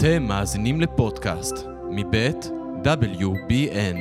אתם מאזינים לפודקאסט מבית WBN.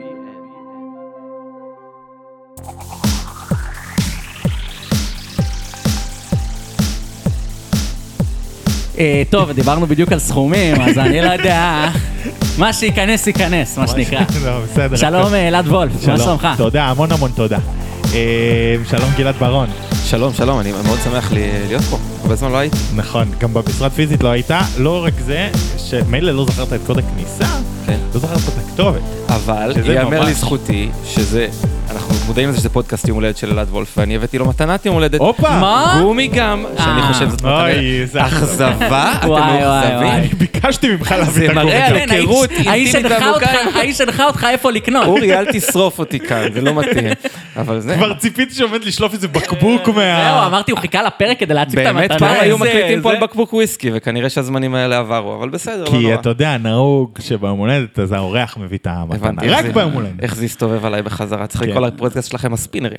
טוב, דיברנו בדיוק על סכומים, אז אני לא יודע, מה שייכנס ייכנס, מה שנקרא. שלום אלעד וולף, מה שלומך? תודה, המון תודה. שלום גלעד ברון. שלום, אני מאוד שמח להיות פה, הרבה זמן לא הייתי. נכון, גם במשרד פיזית לא הייתה, לא רק זה, שמילא לא זכרת את קוד הכניסה, לא זכרת את הכתובת. אבל יאמר לזכותי שזה, אנחנו מודעים לזה שזה פודקאסט יום הולדת של אלעד וולף, ואני הבאתי לו מתנת יום הולדת. מה? גומי גם, שאני חושב זאת מתנת. אכזבה, אתם מאוכזבים. אני ביקשתי ממך להביא את זה מראה על היכרות אינטימית ועמוקה. האיש הנחה אותך איפה לקנות. אורי, אל תשרוף אותי כאן, זה לא מתאים. אבל זה... כבר ציפיתי שעומד לשלוף איזה בקבוק מה... זהו, אמרתי, הוא חיכה לפרק כדי להציג את המתנה. באמת פעם היו מקליטים פה על בקבוק וויסקי, וכנראה שהזמנים האלה עברו, אבל בסדר, לא נורא. כי אתה יודע, נהוג שביום הולדת, אז האורח מביא את המתנה. רק ביום הולדת. איך זה יסתובב עליי בחזרה? צריך כל הפודקאסט שלכם הספינרים.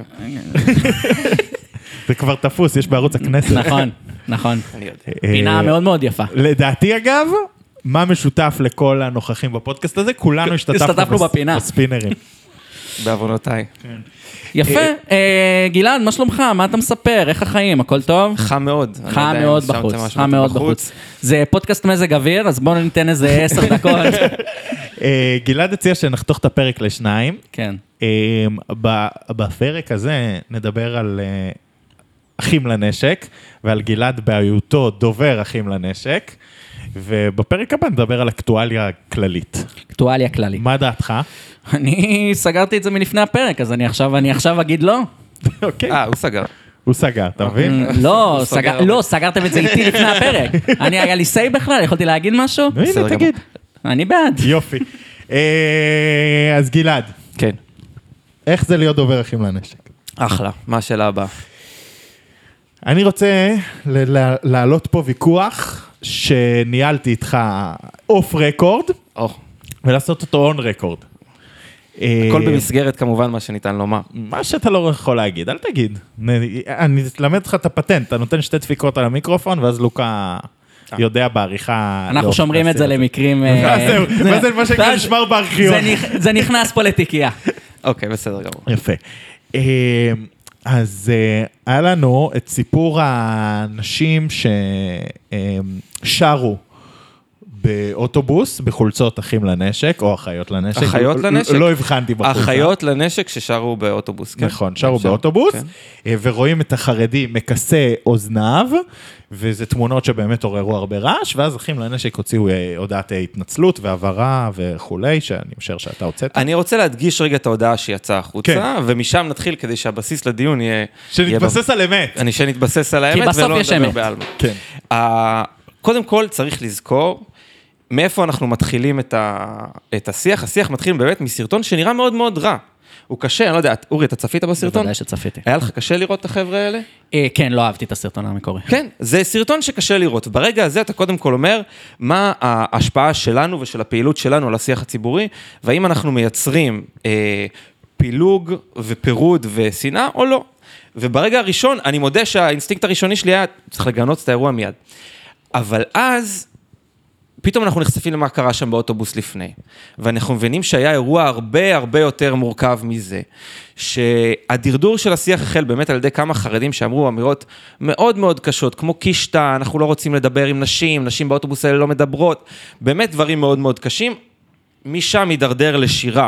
זה כבר תפוס, יש בערוץ הכנסת. נכון. פינה מאוד מאוד יפה. לדעתי אגב, מה משותף לכל הנוכחים בפודקאסט הזה? כולנו השתתפנו בפינה. בספינרים. בעוונותיי. יפה. גלעד, מה שלומך? מה אתה מספר? איך החיים? הכל טוב? חם מאוד. חם מאוד בחוץ. זה פודקאסט מזג אוויר, אז בואו ניתן איזה 10 דקות. גלעד הציע שנחתוך את הפרק לשניים. כן. בפרק הזה נדבר על אחים לנשק, ועל גלעד בהיותו דובר אחים לנשק, ובפרק הבא נדבר על אקטואליה כללית. אקטואליה כללית. מה דעתך? אני סגרתי את זה מלפני הפרק, אז אני עכשיו אגיד לא. אוקיי. הוא סגר. הוא סגר, אתה מבין? לא, סגרתם את זה איתי לפני הפרק. היה לי סי בכלל, יכולתי להגיד משהו? הנה, תגיד. אני בעד. יופי. אז גלעד. כן. איך זה להיות דובר אחים לנשק? אחלה, מה השאלה הבאה? אני רוצה להעלות פה ויכוח שניהלתי איתך אוף רקורד, ולעשות אותו און רקורד. הכל במסגרת כמובן מה שניתן לומר. מה שאתה לא יכול להגיד, אל תגיד. אני אלמד לך את הפטנט, אתה נותן 2 דפיקות על המיקרופון, ואז לוקה יודע בעריכה... אנחנו שומרים את זה למקרים... זהו, זה מה שכאן נשמר בארכיון. זה נכנס פה לתיקייה. אוקיי, בסדר גמור. יפה. אז היה לנו את סיפור האנשים ששרו באוטובוס, בחולצות אחים לנשק, או אחיות לנשק. אחיות לנשק? לא הבחנתי בחולצה. אחיות לנשק ששרו באוטובוס, כן. נכון, שרו באוטובוס, ורואים את החרדי מכסה אוזניו, וזה תמונות שבאמת עוררו הרבה רעש, ואז אחים לנשק הוציאו הודעת התנצלות ועברה וכולי, שאני משער שאתה הוצאת. אני רוצה להדגיש רגע את ההודעה שיצאה החוצה, ומשם נתחיל כדי שהבסיס לדיון יהיה... שנתבסס על אמת. שנתבסס על האמת ולא נדבר בעלמא. כן. קודם כל צריך לזכור מאיפה אנחנו מתחילים את השיח. השיח מתחיל באמת מסרטון שנראה מאוד מאוד רע. הוא קשה, אני לא יודע, אורי, אתה צפית בסרטון? בוודאי שצפיתי. היה לך קשה לראות את החבר'ה האלה? כן, לא אהבתי את הסרטון המקורי. כן, זה סרטון שקשה לראות. ברגע הזה אתה קודם כל אומר, מה ההשפעה שלנו ושל הפעילות שלנו על השיח הציבורי, והאם אנחנו מייצרים פילוג ופירוד ושנאה או לא. וברגע הראשון, אני מודה שהאינסטינקט הראשוני שלי היה, צריך לגנות את האירוע מיד. אבל אז... פתאום אנחנו נחשפים למה קרה שם באוטובוס לפני, ואנחנו מבינים שהיה אירוע הרבה יותר מורכב מזה, שהדרדור של השיח החל באמת על ידי כמה חרדים שאמרו אמירות מאוד מאוד קשות, כמו קישטה, אנחנו לא רוצים לדבר עם נשים, נשים באוטובוס האלה לא מדברות, באמת דברים מאוד מאוד קשים, משם יידרדר לשירה,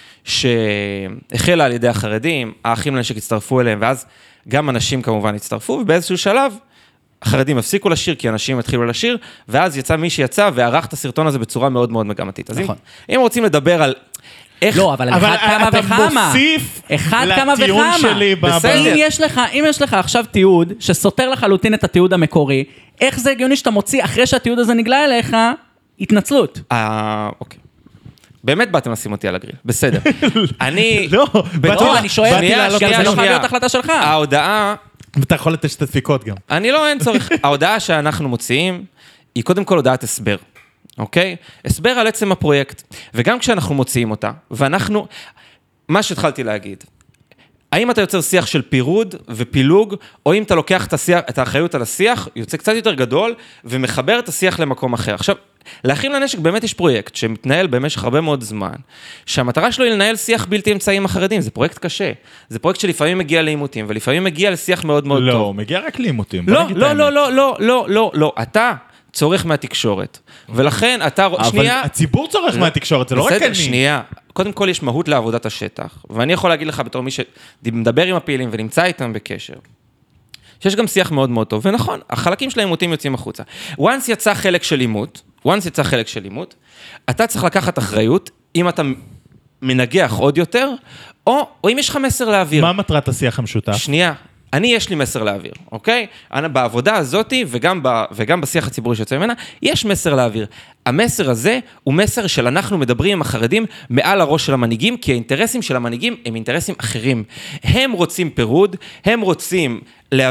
שהחלה על ידי החרדים, האחים לנשק הצטרפו אליהם, ואז גם אנשים כמובן הצטרפו, ובאיזשהו שלב, החרדים הפסיקו לשיר, כי אנשים התחילו לשיר, ואז יצא מי שיצא, וערך את הסרטון הזה בצורה מאוד מאוד מגמתית. אז אם רוצים לדבר על איך... לא, אבל אחד כמה וכמה. אתה מוסיף לטיעון שלי. אם יש לך עכשיו תיעוד, שסותר לחלוטין את התיעוד המקורי, איך זה הגיוני שאתה מוציא, אחרי שהתיעוד הזה נגלה אליך, התנצלות? אוקיי. באמת באתם לשים אותי על הגריל, בסדר. אני... לא, אני שואל, זה לא חייב להיות החלטה שלך. ההודעה... ואתה יכול לתת 2 דפיקות גם. אין צורך. ההודעה שאנחנו מוציאים, היא קודם כל הודעת הסבר. אוקיי? הסבר על עצם הפרויקט. וגם כשאנחנו מוציאים אותה, ואנחנו... מה שהתחלתי להגיד, האם אתה יוצר שיח של פירוד ופילוג, או אם אתה לוקח את האחריות על השיח, יוצא קצת יותר גדול, ומחבר את השיח למקום אחר. עכשיו, לאחים לנשק באמת יש פרויקט שמתנהל במשך הרבה מאוד זמן, שהמטרה שלו היא לנהל שיח בלתי אמצעי עם החרדים, זה פרויקט קשה, זה פרויקט שלפעמים מגיע לעימותים, ולפעמים מגיע לשיח מאוד מאוד טוב. לא, מגיע רק לעימותים. לא, אתה צורך מהתקשורת, ולכן אתה, אבל הציבור צורך מהתקשורת, זה לא רק אני. בסדר, שנייה. קודם כל יש מהות לעבודת השטח, ואני יכול להגיד לך בתור מי שמדבר עם הפעילים ונמצא איתם בקשר, שיש גם שיח מאוד מאוד טוב, ונכון, החלקים של העימותים יוצאים החוצה. once יצא חלק של עימות, אתה צריך לקחת אחריות, אם אתה מנגח עוד יותר, או אם יש לך מסר להעביר. מה מטרת השיח המשותף? שנייה, יש לי מסר להעביר, אוקיי? בעבודה הזאת, וגם בשיח הציבורי שיוצא ממנה, יש מסר להעביר. המסר הזה הוא מסר של אנחנו מדברים עם החרדים מעל הראש של המנהיגים, כי האינטרסים של המנהיגים הם אינטרסים אחרים. הם רוצים פירוד, הם רוצים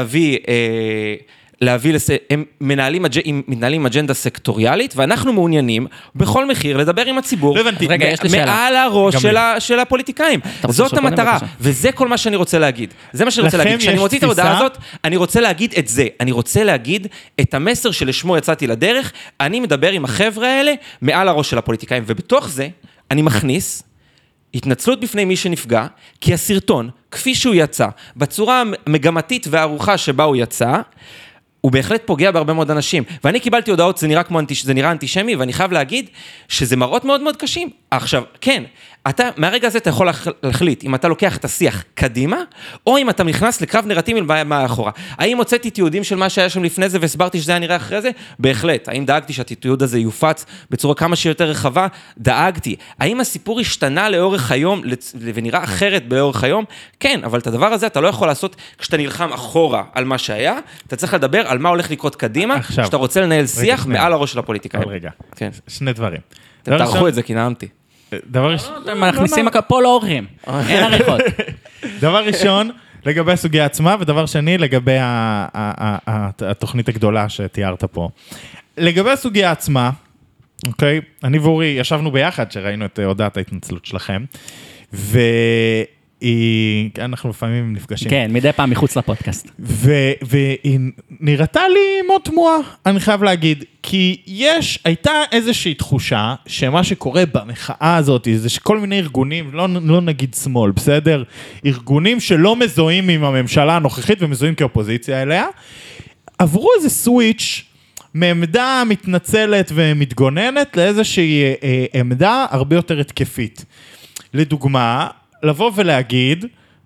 הם מנהלים אג'נדה סקטוריאלית, ואנחנו מעוניינים בכל מחיר לדבר עם הציבור, מעל הראש של הפוליטיקאים. זאת המטרה, וזה כל מה שאני רוצה להגיד. זה מה שאני רוצה להגיד. כשאני מוציא את ההודעה הזאת, אני רוצה להגיד את זה. אני רוצה להגיד את המסר שלשמו יצאתי לדרך, אני מדבר עם החבר'ה האלה מעל הראש של הפוליטיקאים, ובתוך זה אני מכניס התנצלות בפני מי שנפגע, כי הסרטון, כפי שהוא יצא, בצורה המגמתית והארוחה שבה הוא יצא, הוא בהחלט פוגע בהרבה מאוד אנשים. ואני קיבלתי הודעות, זה נראה אנטישמי, ואני חייב להגיד שזה מראות מאוד מאוד קשים. עכשיו, כן, מהרגע הזה אתה יכול להחליט אם אתה לוקח את השיח קדימה, או אם אתה נכנס לקרב נרטיבי מאחורה. האם הוצאתי תיעודים של מה שהיה שם לפני זה, והסברתי שזה היה נראה אחרי זה? בהחלט. האם דאגתי שהתיעוד הזה יופץ בצורה כמה שיותר רחבה? דאגתי. האם הסיפור השתנה לאורך היום, ונראה אחרת באורך היום? כן, אבל את הדבר הזה אתה לא יכול לעשות כשאתה נלחם אחורה על מה שהיה, אתה צריך לדבר על מה הולך לקרות קדימה, כשאתה רוצה לנהל שיח מעל הראש של הפוליטיקאים. רגע, שני דברים. תערכו את זה, כי נעמתי. דבר ראשון... אתם מכניסים פה לא אורחים, אין עריכות. דבר ראשון, לגבי הסוגיה עצמה, ודבר שני, לגבי התוכנית הגדולה שתיארת פה. לגבי הסוגיה עצמה, אוקיי, אני ואורי ישבנו ביחד, שראינו את הודעת ההתנצלות שלכם, אנחנו לפעמים נפגשים. כן, מדי פעם מחוץ לפודקאסט. והיא נראתה לי מאוד תמוהה, אני חייב להגיד, כי הייתה איזושהי תחושה שמה שקורה במחאה הזאת, זה שכל מיני ארגונים, לא נגיד שמאל, בסדר? ארגונים שלא מזוהים עם הממשלה הנוכחית ומזוהים כאופוזיציה אליה, עברו איזה סוויץ' מעמדה מתנצלת ומתגוננת לאיזושהי עמדה הרבה יותר התקפית. לדוגמה, לבוא ולהגיד,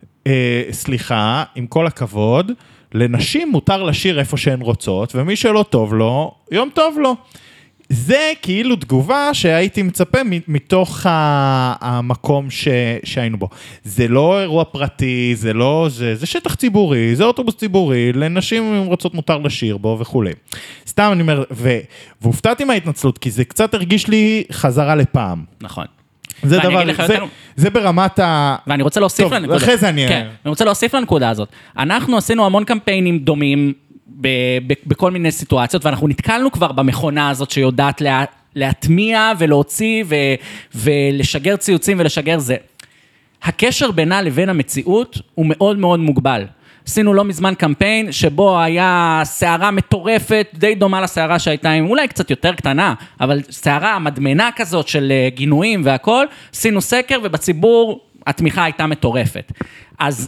סליחה, עם כל הכבוד, לנשים מותר לשיר איפה שהן רוצות, ומי שלא טוב לו, יום טוב לו. זה כאילו תגובה שהייתי מצפה מתוך המקום שהיינו בו. זה לא אירוע פרטי, זה שטח ציבורי, זה אוטובוס ציבורי, לנשים אם רוצות מותר לשיר בו וכו'. סתם אני אומר, והופתעתי מההתנצלות, כי זה קצת הרגיש לי חזרה לפעם. נכון. זה דבר, זה ברמת ואני רוצה להוסיף לנקודה. אחרי זה אני רוצה להוסיף לנקודה הזאת. אנחנו עשינו המון קמפיינים דומים בכל מיני סיטואציות, ואנחנו נתקלנו כבר במכונה הזאת שיודעת להטמיע ולהוציא ולשגר ציוצים ולשגר זה. הקשר בינה לבין המציאות הוא מאוד מאוד מוגבל. עשינו לא מזמן קמפיין שבו היה שערה מטורפת, די דומה לשערה שהייתה עם אולי קצת יותר קטנה, אבל שערה מדמנה כזאת של גינויים והכל, עשינו סקר ובציבור התמיכה הייתה מטורפת. אז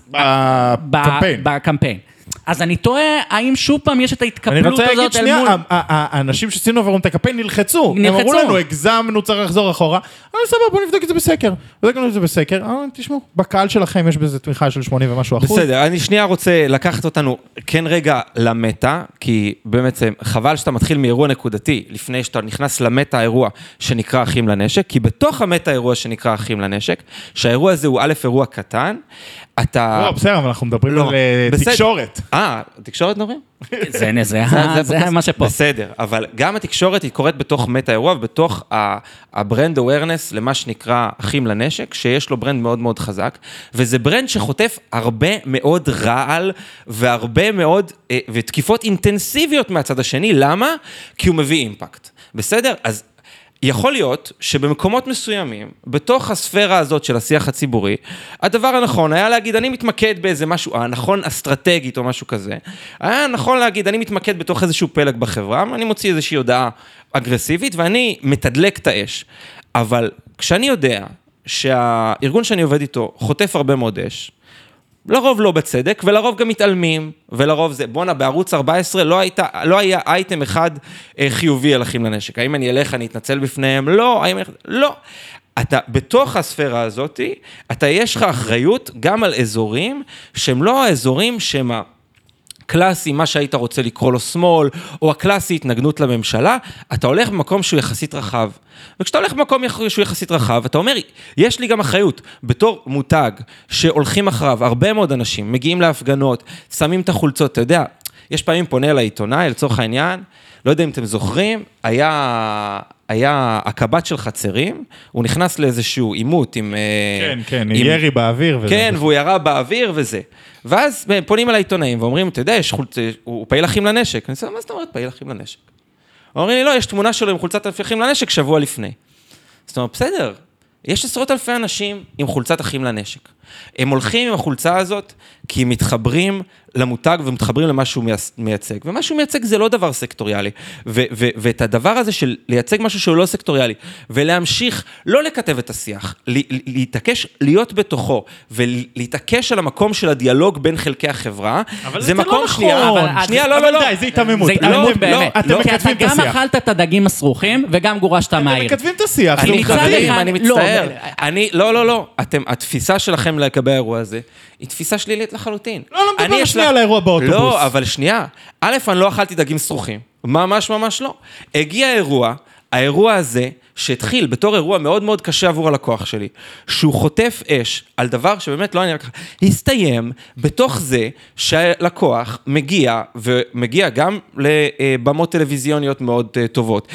בקמפיין. אז אני טועה, האם שוב פעם יש את ההתקפלות הזאת? אני רוצה להגיד שנייה, האנשים שעשינו עבורם את הקמפיין נלחצו. הם אמרו לנו, הגזמנו, צריך לחזור אחורה. אני סבבה, בוא נבדוק את זה בסקר. בדקנו את זה בסקר, תשמעו, בקהל שלכם יש בזה תמיכה של 80 ומשהו אחוז. בסדר, אני שנייה רוצה לקחת אותנו כן רגע למטה, כי באמת חבל שאתה מתחיל מאירוע נקודתי, לפני שאתה נכנס למטה האירוע שנקרא אחים לנשק, כי בתוך המטה האירוע שנקרא אחים לנשק, שהאירוע הזה הוא א' אירוע קטן, אתה... בסדר, אבל אנחנו מדברים על תקשורת. תקשורת נורים? זה מה שפה. בסדר, אבל גם התקשורת היא קורית בתוך מטה האירוע, ובתוך הברנד אווירנס למה שנקרא אחים לנשק, שיש לו ברנד מאוד מאוד חזק, וזה ברנד שחוטף הרבה מאוד רעל, והרבה מאוד, ותקיפות אינטנסיביות מהצד השני, למה? כי הוא מביא אימפקט. בסדר? אז יכול להיות שבמקומות מסוימים, בתוך הספירה הזאת של השיח הציבורי, הדבר הנכון היה להגיד, אני מתמקד באיזה משהו, הנכון אסטרטגית או משהו כזה, היה נכון להגיד, אני מתמקד בתוך איזשהו פלג בחברה, אני מוציא איזושהי הודעה אגרסיבית, ואני מתדלק את האש. אבל כשאני יודע שהארגון שאני עובד איתו חוטף הרבה מאוד אש, לרוב לא בצדק, ולרוב גם מתעלמים, ולרוב זה, בונה, בערוץ 14 לא היה אייטם אחד חיובי על אחים לנשק. האם אני אלך, אני אתנצל בפניהם? לא. לא. אתה, בתוך הספירה הזאת, יש לך אחריות גם על אזורים, שהם לא האזורים שהם הקלאסי, מה שהיית רוצה לקרוא לו שמאל, או הקלאסי התנגנות לממשלה, אתה הולך במקום שהוא יחסית רחב. וכשאתה הולך במקום שהוא יחסית רחב, אתה אומר, יש לי גם אחריות, בתור מותג, שהולכים אחריו, הרבה מאוד אנשים, מגיעים להפגנות, שמים את החולצות, אתה יודע, יש פעמים פונה לעיתונאי, לצורך העניין, לא יודע אם אתם זוכרים, היה הקב"ט של חצרים, הוא נכנס לאיזשהו עימות עם... כן, ירי באוויר וזה. כן, והוא ירה באוויר וזה. ואז פונים על העיתונאים ואומרים, אתה יודע, הוא פעיל אחים לנשק. אני אומר, מה זאת אומרת פעיל אחים לנשק? אומרים לי, לא, יש תמונה שלו עם חולצת אחים לנשק שבוע לפני. זאת אומרת, בסדר, יש עשרות אלפי אנשים עם חולצת אחים לנשק. הם הולכים עם החולצה הזאת, כי הם מתחברים למותג ומתחברים למה שהוא מייצג. ומה שהוא מייצג זה לא דבר סקטוריאלי. ואת הדבר הזה של לייצג משהו שהוא לא סקטוריאלי, ולהמשיך לא לכתב את השיח, להתעקש להיות בתוכו, ולהתעקש על המקום של הדיאלוג בין חלקי החברה, זה מקום שנייה. שנייה, לא. אבל די, זה התאממות. זה התאממות באמת. אתם מקדמים את אתה גם השיח. אכלת את הדגים הסרוחים, וגם גורשת מהעיר. אתם מקדמים את השיח. אני מצטער. לא. התפיסה שלכם לגבי האירוע הזה, היא תפיסה שלילית לחלוטין. לא מדבר שנייה על האירוע באוטובוס. לא, אבל שנייה. א', אני לא אכלתי דגים סרוחים. ממש לא. הגיע האירוע הזה, שהתחיל בתור אירוע מאוד מאוד קשה עבור הלקוח שלי, שהוא חוטף אש על דבר שבאמת לא עניין ככה, הסתיים בתוך זה שהלקוח מגיע גם לבמות טלוויזיוניות מאוד טובות,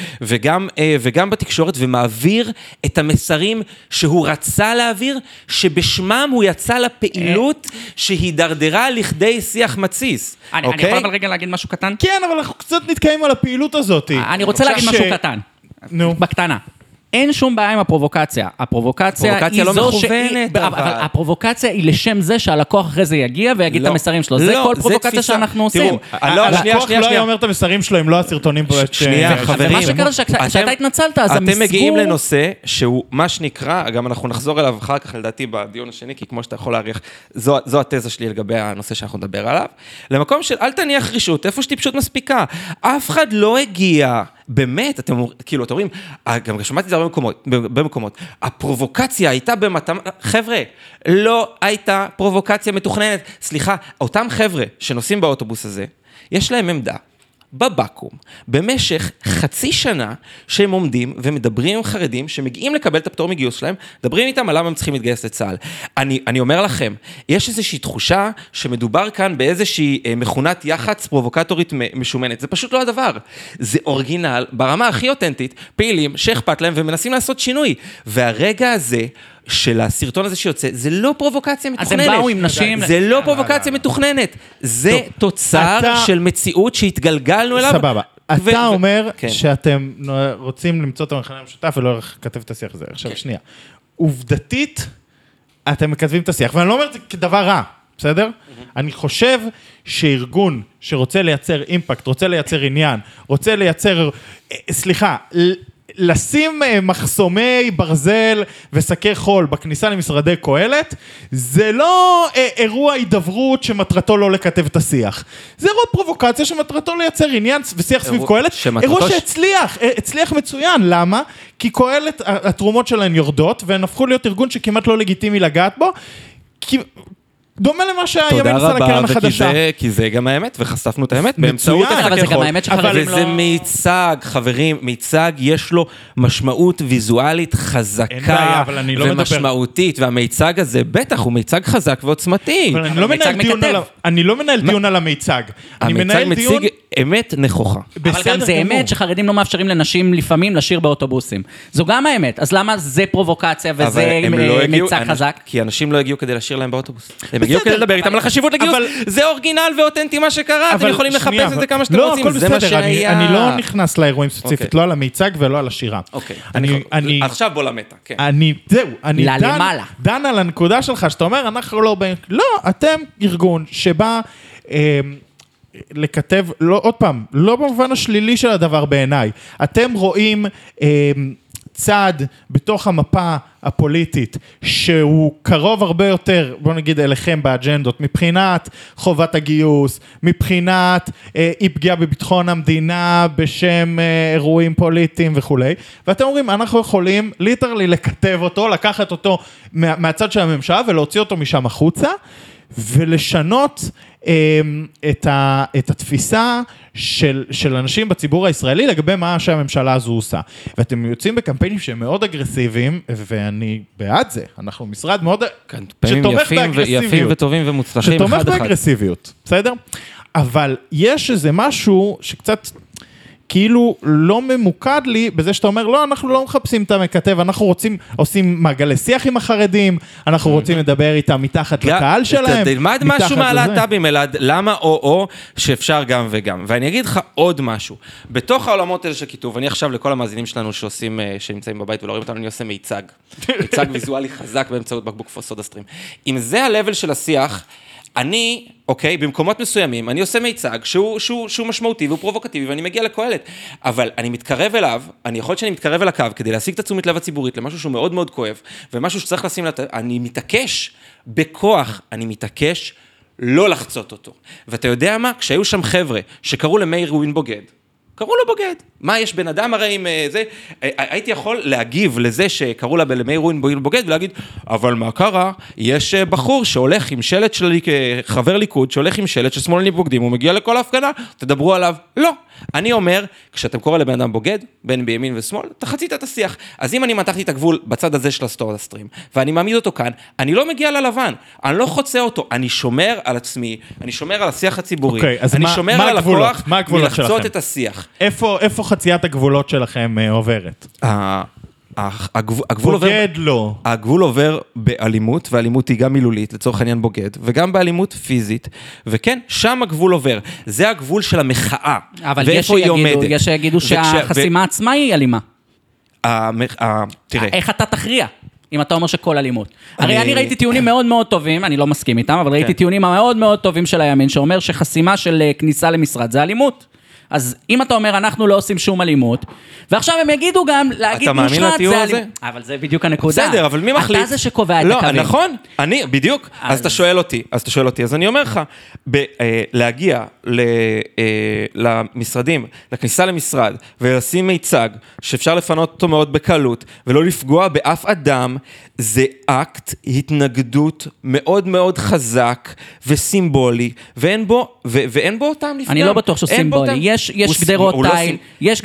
וגם בתקשורת, ומעביר את המסרים שהוא רצה להעביר, שבשמם הוא יצא לפעילות שהידרדרה לכדי שיח מציס. אני יכול אבל רגע להגיד משהו קטן? כן, אבל אנחנו קצת נתקעים על הפעילות הזאת. אני רוצה להגיד משהו קטן. נו. בקטנה. אין שום בעיה עם הפרובוקציה. הפרובוקציה היא לא זו מכוונת, אבל הפרובוקציה היא לשם זה שהלקוח אחרי זה יגיע ויגיד את המסרים שלו. זה כל פרובוקציה שאנחנו עושים. הלקוח לא היה אומר את המסרים שלו, אם לא הסרטונים פה. שנייה, חברים. מה שקרה שאתה התנצלת, אז הם אתם מגיעים לנושא שהוא מה שנקרא, גם אנחנו נחזור אליו אחר כך לדעתי בדיון השני, כי כמו שאתה יכול להעריך, זו התזה שלי לגבי הנושא שאנחנו נדבר עליו. למקום של אל תניח רישות, איפה שטיפשות מספיקה. אף אחד לא הגיע. באמת, אתם אומרים, גם שמעתי את זה במקומות, הפרובוקציה הייתה חבר'ה, לא הייתה פרובוקציה מתוכננת, סליחה, אותם חבר'ה שנוסעים באוטובוס הזה, יש להם עמדה, בבקום, במשך חצי שנה שהם עומדים ומדברים עם חרדים שמגיעים לקבל את הפטור מגיוס שלהם, מדברים איתם על למה הם צריכים להתגייס לצה"ל. אני אומר לכם, יש איזושהי תחושה שמדובר כאן באיזושהי מכונת יח"צ פרובוקטורית משומנת. זה פשוט לא הדבר. זה אורגינל, ברמה הכי אותנטית, פעילים שאכפת להם ומנסים לעשות שינוי. והרגע הזה של הסרטון הזה שיוצא, זה לא פרובוקציה מתוכננת. אז הם באו עם נשים... זה לא פרובוקציה מתוכננת. זה תוצר של מציאות שהתגלגלנו אליו. סבבה. אתה אומר שאתם רוצים למצוא את המכנה המשותף ולא לכתב את השיח הזה. עכשיו, שנייה. עובדתית, אתם מכתבים את השיח, ואני לא אומר את זה כדבר רע, בסדר? אני חושב שארגון שרוצה לייצר אימפקט, רוצה לייצר עניין, רוצה לייצר, לשים מחסומי ברזל ושקי חול בכניסה למשרדי קהלת, זה לא אירוע הידברות שמטרתו לא לכתב את השיח. זה אירוע פרובוקציה שמטרתו לייצר עניין ושיח סביב קהלת. אירוע שהצליח מצוין. למה? כי קהלת, התרומות שלהן יורדות, והן הפכו להיות ארגון שכמעט לא לגיטימי לגעת בו, דומה למה שהימין עשה לקרן החדשה. תודה רבה, כי זה גם האמת, וחשפנו את האמת באמצעות אבל זה גם האמת שחברים לא... וזה מיצג, חברים, מיצג יש לו משמעות ויזואלית חזקה ומשמעותית, והמיצג הזה בטח הוא מיצג חזק ועוצמתי. אבל אני לא מנהל דיון על המיצג. אני מנהל דיון... אמת נכוחה. אבל גם זה אמת שחרדים לא מאפשרים לנשים לפעמים לשיר באוטובוסים. זו גם האמת. אז למה זה פרובוקציה וזה מצג חזק? כי אנשים לא הגיעו כדי לשיר להם באוטובוס. הם הגיעו כדי לדבר איתם על החשיבות לגיוס. זה אורגינל ואותנטי מה שקרה, אתם יכולים לחפש את זה כמה שאתם רוצים. זה מה שהיה. אני לא נכנס לאירועים ספציפית, לא על המיצג ולא על השירה. עכשיו בוא למטה, כן. אני דן על הנקודה שלך, שאתה אומר, אנחנו לא, אתם ארגון שבא לכתב, עוד פעם, לא במובן השלילי של הדבר בעיניי, אתם רואים צד בתוך המפה הפוליטית, שהוא קרוב הרבה יותר, בוא נגיד אליכם באג'נדות, מבחינת חובת הגיוס, מבחינת אי פגיעה בביטחון המדינה, בשם אירועים פוליטיים וכו'. ואתם אומרים, אנחנו יכולים ליטרלי לכתב אותו, לקחת אותו מהצד של הממשלה, ולהוציא אותו משם החוצה, ולשנות את התפיסה של אנשים בציבור הישראלי לגבי מה שהממשלה הזו עושה. ואתם יוצאים בקמפיינים שהם מאוד אגרסיביים, ואני בעד זה. אנחנו משרד מאוד שתומך באגרסיביות. יפים וטובים ומוצלחים אחד אחד. שתומך באגרסיביות, בסדר? אבל יש איזה משהו שקצת כאילו לא ממוקד לי בזה שאתה אומר, לא, אנחנו לא מחפשים את המכתב, אנחנו עושים מעגלי שיח עם החרדים, אנחנו רוצים לדבר איתם מתחת לקהל שלהם. תלמד משהו מהלהט"בים, אלעד, למה או שאפשר גם וגם. ואני אגיד לך עוד משהו. בתוך העולמות האלה של כיתוב, אני עכשיו לכל המאזינים שלנו שנמצאים בבית ולא רואים אותנו, אני עושה מיצג. מיצג ויזואלי חזק באמצעות בקבוק סודה סטרים. אם זה הלבל של השיח, אני, אוקיי, במקומות מסוימים, אני עושה מיצג שהוא משמעותי והוא פרובוקטיבי, ואני מגיע לקהלת. אבל אני מתקרב אליו, אני יכול שאני מתקרב אל הקו, כדי להשיג את התשומת לב הציבורית, למשהו שהוא מאוד מאוד כואב, ומשהו שצריך לשים אני מתעקש בכוח, אני מתעקש לא לחצות אותו. ואתה יודע מה? כשהיו שם חבר'ה שקראו למאיר ווין בוגד, קראו לו בוגד. מה, יש בן אדם הרי עם זה? הייתי יכול להגיב לזה שקראו לה למאיר ווין בוגד, ולהגיד, אבל מה קרה? יש בחור שהולך עם שלט שלי, חבר ליכוד, שהולך עם שלט של שמאלנים בוגדים, הוא מגיע לכל ההפגנה, תדברו עליו. לא. אני אומר, כשאתם קורא לבן אדם בוגד, בין בימין ושמאל, אתה חצית את השיח. אז אם אני מתחתי את הגבול בצד הזה של הסטור הסטרים, ואני מעמיד אותו כאן, אני לא מגיע ללבן, אני לא חוצה אותו, אני שומר על עצמי, אני שומר על השיח הציבורי, אני שומר על הלקוח מלחצות את השיח. איפה חציית הגבולות שלכם עוברת? הגבול עובר באלימות, ואלימות היא גם מילולית, לצורך העניין בוגד, וגם באלימות פיזית, וכן, שם הגבול עובר. זה הגבול של המחאה, ואיפה היא עומדת. יש שיגידו שהחסימה עצמה היא אלימה. תראה. איך אתה תכריע? אם אתה אומר שכל אלימות. הרי אני ראיתי טיעונים מאוד מאוד טובים, אני לא מסכים איתם, אבל ראיתי טיעונים מאוד מאוד טובים של הימין, שאומר שחסימה של כניסה למשרד זה אלימות. אז אם אתה אומר, אנחנו לא עושים שום אלימות, ועכשיו הם יגידו גם, להגיד מושחת, זה אלימות. אבל זה בדיוק הנקודה. בסדר, אבל מי מחליט? אתה זה שקובע את הקווים. לא, נכון, אני, בדיוק. אז אתה שואל אותי, אז אני אומר לך, להגיע למשרדים, לכניסה למשרד, ולשים מיצג, שאפשר לפנות אותו מאוד בקלות, ולא לפגוע באף אדם, זה אקט התנגדות מאוד מאוד חזק וסימבולי, ואין בו טעם לפגם. אני לא בטוח שהוא סימבולי. יש גדרות תיל, ויש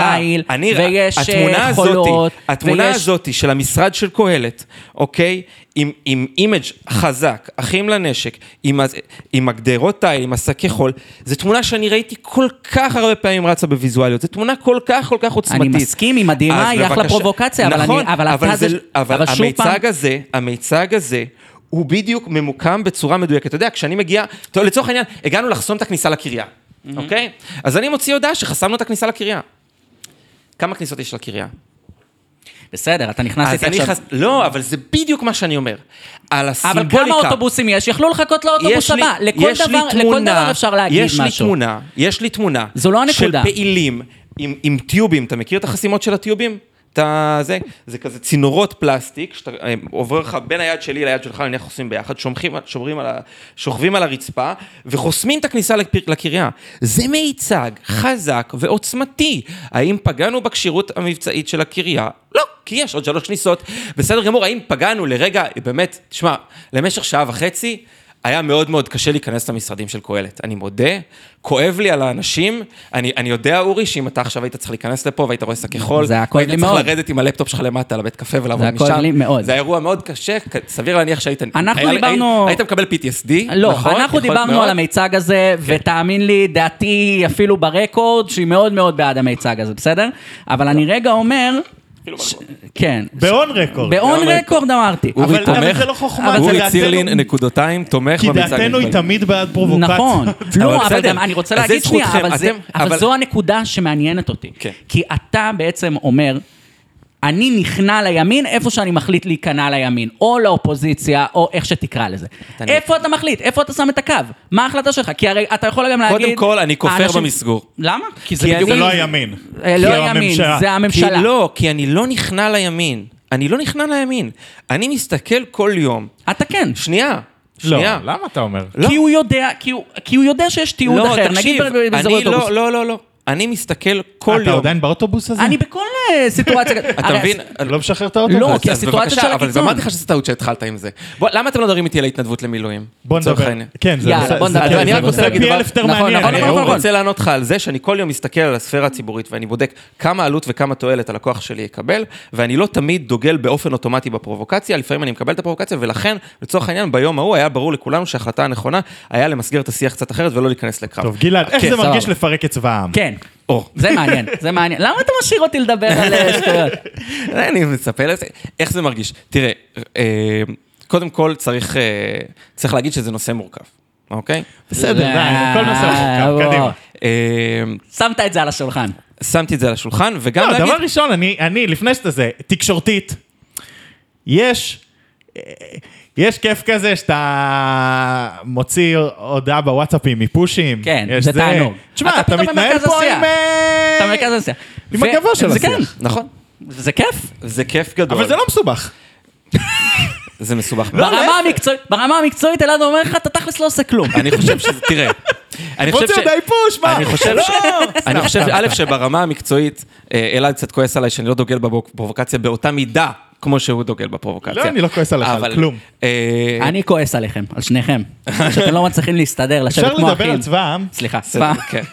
חולות. התמונה הזאת של המשרד של קהלת, אוקיי? עם אימג' חזק, אחים לנשק, עם הגדרות תיל, עם עסקי חול, זו תמונה שאני ראיתי כל כך הרבה פעמים רצה בוויזואליות, זו תמונה כל כך עוצמתית. אני מסכים, היא מדהימה, היא אחלה פרובוקציה, אבל המיצג הזה, הוא בדיוק ממוקם בצורה מדויקת. אתה יודע, כשאני מגיע, לצורך העניין, הגענו לחסום את הכניסה לקריה, אוקיי? אז אני מוציא הודעה שחסמנו את הכניסה לקריה. כמה כניסות יש לקריה? בסדר, אתה נכנס איתי עכשיו... לא, אבל זה בדיוק מה שאני אומר. על הסימבוליקה... אבל כמה אוטובוסים יש? יכלו לחכות לאוטובוס הבא. לכל דבר אפשר להגיד משהו. יש לי תמונה. זו לא הנקודה. של פעילים עם טיובים. אתה מכיר את החסימות של הטיובים? זה כזה צינורות פלסטיק, שאתה עובר לך בין היד שלי ליד שלך, נניח חוסמים ביחד, שוכבים על הרצפה, וחוסמים את הכניסה לקריה. זה מיצג חזק ועוצמתי. האם פגענו בקשירות המבצעית של הקריה? לא, כי יש עוד 3 כניסות. בסדר גמור, האם פגענו לרגע, באמת, תשמע, למשך 1.5 שעה, היה מאוד מאוד קשה להיכנס למשרדים של קהלת. אני מודה, כואב לי על האנשים, אני יודע, אורי, שאם אתה עכשיו היית צריך להיכנס לפה, והיית רואה סק יכול, זה היה כואב לי והיית מאוד. צריך לרדת עם הלפטופ שלך למטה, לבית קפה ולעבוד משם. זה היה כואב לי מאוד. זה היה אירוע מאוד קשה, סביר להניח שהיית... אנחנו דיברנו... היית מקבל PTSD, לא, נכון? אנחנו דיברנו על המיצג הזה, ותאמין לי, דעתי אפילו ברקורד, שהיא מאוד מאוד בעד המיצג הזה, בסדר? אבל אני רגע אומר... כן. באון רקורד. באון רקורד אמרתי. אבל זה לא חוכמה. אורי צירלין, נקודתיים, תומך כי במיצג. דעתנו היא תמיד בעד פרובוקציה. נכון. לא, אבל גם אני רוצה אז להגיד זה שנייה, זכותכם, אבל זו הנקודה שמעניינת אותי. כן. כי אתה בעצם אומר, אני נכנע לימין איפה שאני מחליט להיכנע לימין, או לאופוזיציה, או איך שתקרא לזה. איפה אתה מחליט? איפה אתה שם את הקו? מה ההחלטה שלך? כי הרי אתה יכול גם להגיד... קודם כל, אני כופר במסגור. למה? כי זה לא הימין. לא הימין, זה הממשלה. כי אני לא נכנע לימין. אני לא נכנע לימין. אני מסתכל כל יום. אתה כן. שנייה. לא, למה אתה אומר? כי הוא יודע שיש תיעוד אחר. נגיד באזור אוטובוס. לא. אני מסתכל כל יום. אתה עדיין באוטובוס הזה? אני בכל סיטואציה... אתה מבין? לא משחרר את האוטובוס. לא, כי הסיטואציה של אבל הקיצון. אמרתי לך שזה טעות שהתחלת עם זה. למה אתם לא מדברים איתי על ההתנדבות למילואים? בוא נדבר. כן, זה יאללה, בוא נדבר. אני רק רוצה להגיד פי דבר. אלף יותר נכון, מעניין. נכון, אני רוצה לענות לך על זה שאני כל יום מסתכל על הספירה הציבורית ואני בודק כמה עלות וכמה תועלת הלקוח שלי יקבל, ואני לא תמיד דוגל באופן אוטומטי בפרובוקציה, לפעמים אני מקבל את הפרובוקציה, ולכן, לצורך העניין, ביום ההוא היה ברור לכולנו שההחלטה הנכונה היה למסגר את השיח קצת אחרת ולא להיכנס לקרב. טוב, גלעד, איך זה מרגיש לפרק את צבא העם? כן. זה מעניין, זה מעניין. למה אתה משאיר אותי לדבר על שטויות? אני מצפה לזה. איך זה מרגיש? תראה, קודם כל צריך להגיד שזה נושא מורכב, אוקיי? בסדר, כל נושא מורכב, קדימה. שמת את זה על השולחן. שמתי את זה על השולחן, וגם לא, להגיד... דבר ראשון, אני, לפני שאתה זה, תקשורתית, יש כיף כזה שאתה מוציא הודעה בוואטסאפים מפושים. כן, יש זה תענוג. תשמע, אתה מתנהל פה עם... אתה במרכז השיח. עם הגבוה של השיח. נכון. זה כיף. זה כיף גדול. אבל זה לא מסובך. זה מסובך. ברמה המקצועית, אלעד אומר לך, אתה תכלס לא עושה כלום. אני חושב שזה, תראה, מוציא הודעה פוש, מה? אני חושב, א', שברמה המקצועית, אלעד קצת כועס עליי שאני לא דוגל בפרובוקציה באותה מידה, כמו שהוא דוגל בפרובוקציה. לא, אני לא כועס עליך על כלום. אני כועס עליכם, על שניכם. שאתם לא מצליחים להסתדר, לשבת כמו אחים. אפשר לדבר על צבא העם? סליחה, צבא העם. כן.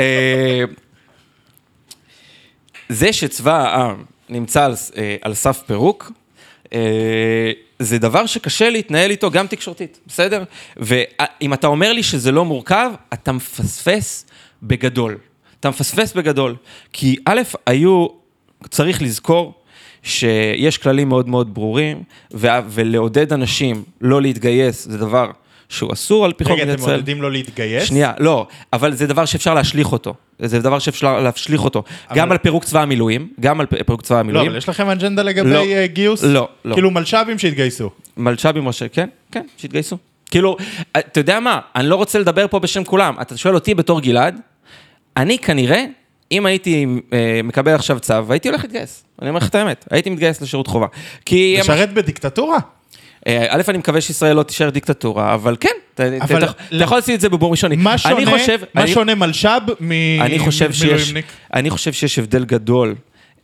זה שצבא העם נמצא על סף פירוק, זה דבר שקשה להתנהל איתו גם תקשורתית, בסדר? ואם אתה אומר לי שזה לא מורכב, אתה מפספס בגדול. אתה מפספס בגדול. כי א', צריך לזכור שיש כללים מאוד מאוד ברורים, ולעודד אנשים לא להתגייס, זה דבר שהוא אסור על פי חוק רגע, מדינת אתם ישראל. מעודדים לא להתגייס? שנייה, לא, אבל זה דבר שאפשר להשליך אותו. זה דבר שאפשר להשליך אותו. גם על פירוק צבא המילואים, לא, אבל יש לכם אג'נדה לגבי גיוס? לא. כאילו מלש"בים שהתגייסו. מלש"בים, כן, שהתגייסו. כאילו, אתה יודע מה, אני לא רוצה לדבר פה בשם כולם. אתה שואל אותי בתור גלעד, אני כנראה, אם הייתי מקבל עכשיו צו, הייתי הולך להתגייס. אני אומר לך את האמת, הייתי מתגייס לשירות חובה. לשרת בדיקטטורה? א', אני מקווה שישראל לא תישאר דיקטטורה, אבל כן, אתה יכול לעשות את זה בבום ראשוני. מה שונה מלש"ב ממילואימניק? אני חושב שיש הבדל גדול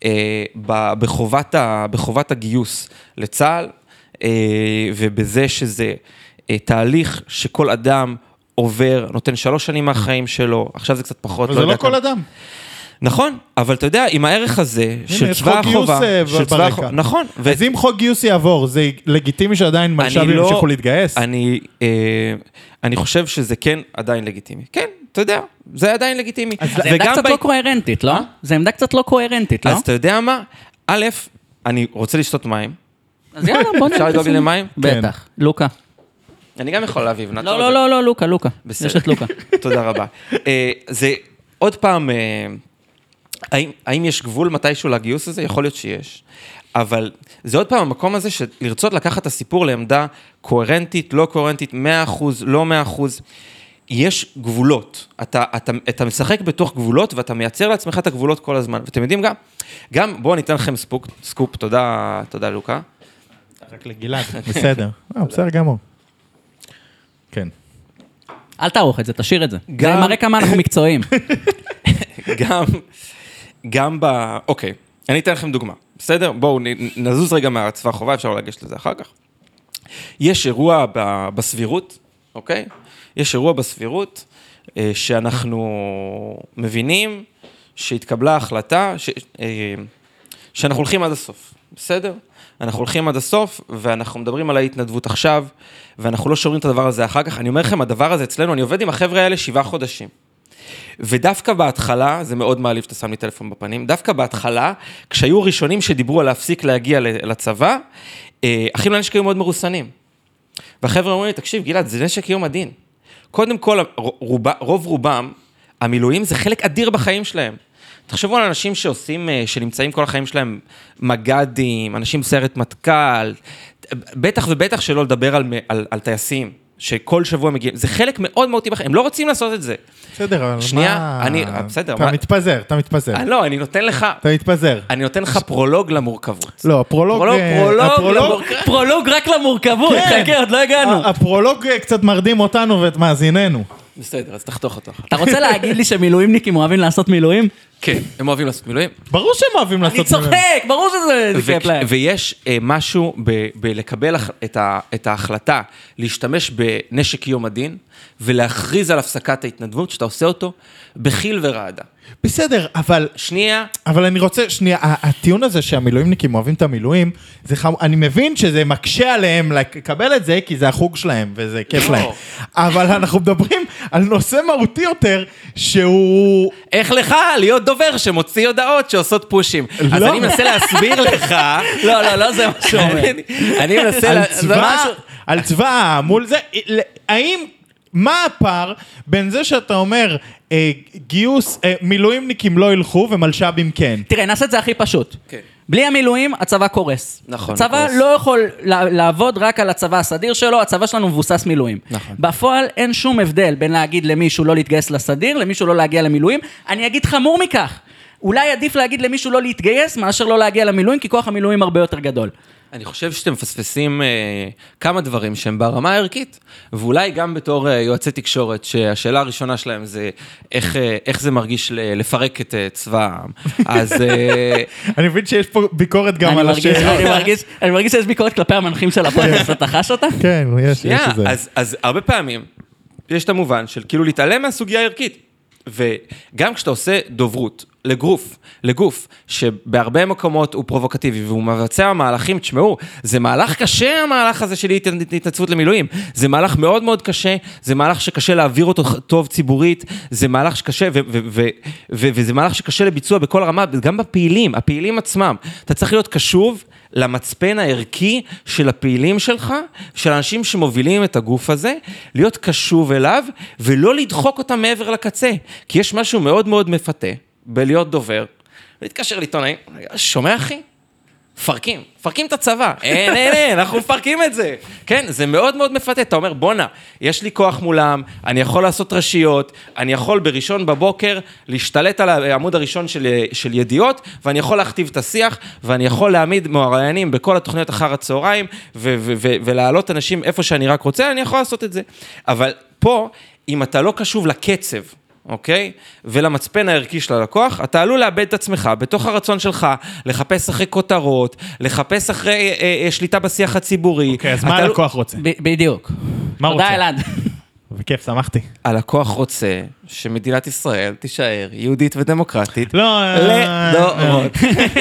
בחובת הגיוס לצה"ל, ובזה שזה תהליך שכל אדם עובר, נותן 3 שנים מהחיים שלו, עכשיו זה קצת פחות. אבל זה לא כל אדם. נכון, אבל אתה יודע, עם הערך הזה של צבא החובה, נכון. אז אם חוק גיוס יעבור, זה לגיטימי שעדיין מלש"בים ימשיכו להתגייס? אני חושב שזה כן עדיין לגיטימי. כן, אתה יודע, זה עדיין לגיטימי. זה עמדה קצת לא קוהרנטית, לא? זה עמדה קצת לא קוהרנטית, לא? אז אתה יודע מה? א', אני רוצה לשתות מים. אז יאללה, בוא נראה. אפשר לדאוג לי למים? בטח, לוקה. אני גם יכול להביא. לא, לוקה. יש את לוקה. תודה רבה. זה עוד פעם... האם יש גבול מתישהו לגיוס הזה? יכול להיות שיש. אבל זה עוד פעם המקום הזה של לרצות לקחת את הסיפור לעמדה קוהרנטית, לא קוהרנטית, 100%, לא 100%. יש גבולות. אתה משחק בתוך גבולות, ואתה מייצר לעצמך את הגבולות כל הזמן. ואתם יודעים גם בואו ניתן לכם סקופ, תודה לוקה. רק לגלעד, בסדר. בסדר גמור. כן. אל תערוך את זה, תשאיר את זה. זה מראה כמה אנחנו מקצועיים. אוקיי, אני אתן לכם דוגמה, בסדר? בואו נזוז רגע מהצבא חובה, אפשר לגשת לזה אחר כך. יש אירוע בסבירות, אוקיי? יש אירוע בסבירות שאנחנו מבינים שהתקבלה החלטה שאנחנו הולכים עד הסוף, בסדר? אנחנו הולכים עד הסוף, ואנחנו מדברים על ההתנדבות עכשיו, ואנחנו לא שוברים את הדבר הזה אחר כך. אני אומר לכם, הדבר הזה אצלנו, אני עובד עם החבר'ה האלה 7 חודשים. ודווקא בהתחלה, זה מאוד מעליב שאתה שם לי טלפון בפנים, דווקא בהתחלה, כשהיו ראשונים שדיברו על להפסיק להגיע לצבא, אחים לנשק היו מאוד מרוסנים. והחבר'ה אומרים לי, תקשיב, גלעד, זה נשק יום הדין. קודם כל, רוב רובם, המילואים זה חלק אדיר בחיים שלהם. תחשבו על אנשים שנמצאים כל החיים שלהם, מג"דים, אנשים בסיירת מטכ"ל, בטח ובטח שלא לדבר על טייסים, שכל שבוע מגיעים, זה חלק מאוד מהותי בחיים, הם לא רוצים לעשות את זה. בסדר, אבל שנייה, בסדר. אתה מתפזר. לא, אני נותן לך... אתה מתפזר. אני נותן לך פרולוג למורכבות. לא, פרולוג רק למורכבות, חכה, עוד לא הגענו. הפרולוג קצת מרדים אותנו ואת מאזיננו. בסדר, אז תחתוך אותו. אתה רוצה להגיד לי שמילואימניקים אוהבים לעשות מילואים? כן, הם אוהבים לעשות מילואים. ברור שהם אוהבים לעשות אני צוחק, ברור שזה כיף להם. ויש משהו בלקבל את ההחלטה להשתמש בנשק יום הדין, ולהכריז על הפסקת ההתנדבות, שאתה עושה אותו בחיל ורעדה. בסדר, אבל... שנייה. אבל אני רוצה, שנייה, הטיעון הזה שהמילואימניקים אוהבים את המילואים, אני מבין שזה מקשה עליהם לקבל את זה, כי זה החוג שלהם, וזה כיף להם. אבל אנחנו מדברים על נושא מהותי יותר, שהוא... איך לך להיות דובר שמוציא הודעות שעושות פושים? אז אני מנסה להסביר לך... לא, זה מה שאומר. אני מנסה... על צבא, מול זה, האם... מה הפער בין זה שאתה אומר גיוס, מילואימניקים לא ילכו ומלש"בים כן? תראה, נעשה את זה הכי פשוט. בלי המילואים, הצבא קורס. נכון. הצבא לא יכול לעבוד רק על הצבא הסדיר שלו, הצבא שלנו מבוסס מילואים. נכון. בפועל אין שום הבדל בין להגיד למישהו לא להתגייס לסדיר, למישהו לא להגיע למילואים. אני אגיד חמור מכך. אולי עדיף להגיד למישהו לא להתגייס, מאשר לא להגיע למילואים, כי כוח המילואים הרבה יותר גדול. אני חושב שאתם מפספסים כמה דברים שהם ברמה הערכית, ואולי גם בתור יועצי תקשורת, שהשאלה הראשונה שלהם זה איך זה מרגיש לפרק את צבא העם. אז... אני מבין שיש פה ביקורת גם על השאלה. אני מרגיש שיש ביקורת כלפי המנחים של הפודקאסט, אתה חש אותה? כן, יש את זה. אז הרבה פעמים יש את המובן של כאילו להתעלם מהסוגיה הערכית, וגם כשאתה עושה דוברות, לגוף, שבהרבה מקומות הוא פרובוקטיבי, והוא מבצע מהלכים, תשמעו, זה מהלך קשה המהלך הזה של התנצבות למילואים, זה מהלך מאוד מאוד קשה, זה מהלך שקשה להעביר אותו טוב ציבורית, זה מהלך שקשה, וזה מהלך שקשה לביצוע בכל רמה, גם הפעילים עצמם, אתה צריך להיות קשוב למצפן הערכי של הפעילים שלך, של האנשים שמובילים את הגוף הזה, להיות קשוב אליו, ולא לדחוק אותם מעבר לקצה, כי יש משהו מאוד מאוד מפתה, בלהיות דובר, להתקשר לעיתונאי, שומע אחי? פרקים את הצבא, אין, אנחנו מפרקים את זה, כן, זה מאוד מאוד מפתה, אתה אומר, בונה, יש לי כוח מולם, אני יכול לעשות רשיות, אני יכול בראשון בבוקר להשתלט על העמוד הראשון של ידיעות, ואני יכול להכתיב את השיח, ואני יכול להעמיד מראיינים בכל התוכניות אחר הצהריים, ולהעלות אנשים איפה שאני רק רוצה, אני יכול לעשות את זה, אבל פה, אם אתה לא קשוב לקצב, אוקיי? ולמצפן הערכי של הלקוח, אתה עלול לאבד את עצמך בתוך הרצון שלך, לחפש אחרי כותרות, לחפש אחרי שליטה בשיח הציבורי. אוקיי, אז מה הלקוח רוצה? בדיוק. מה רוצה? תודה אלעד. בכיף, שמחתי. הלקוח רוצה שמדינת ישראל תישאר יהודית ודמוקרטית. לא, לדורות.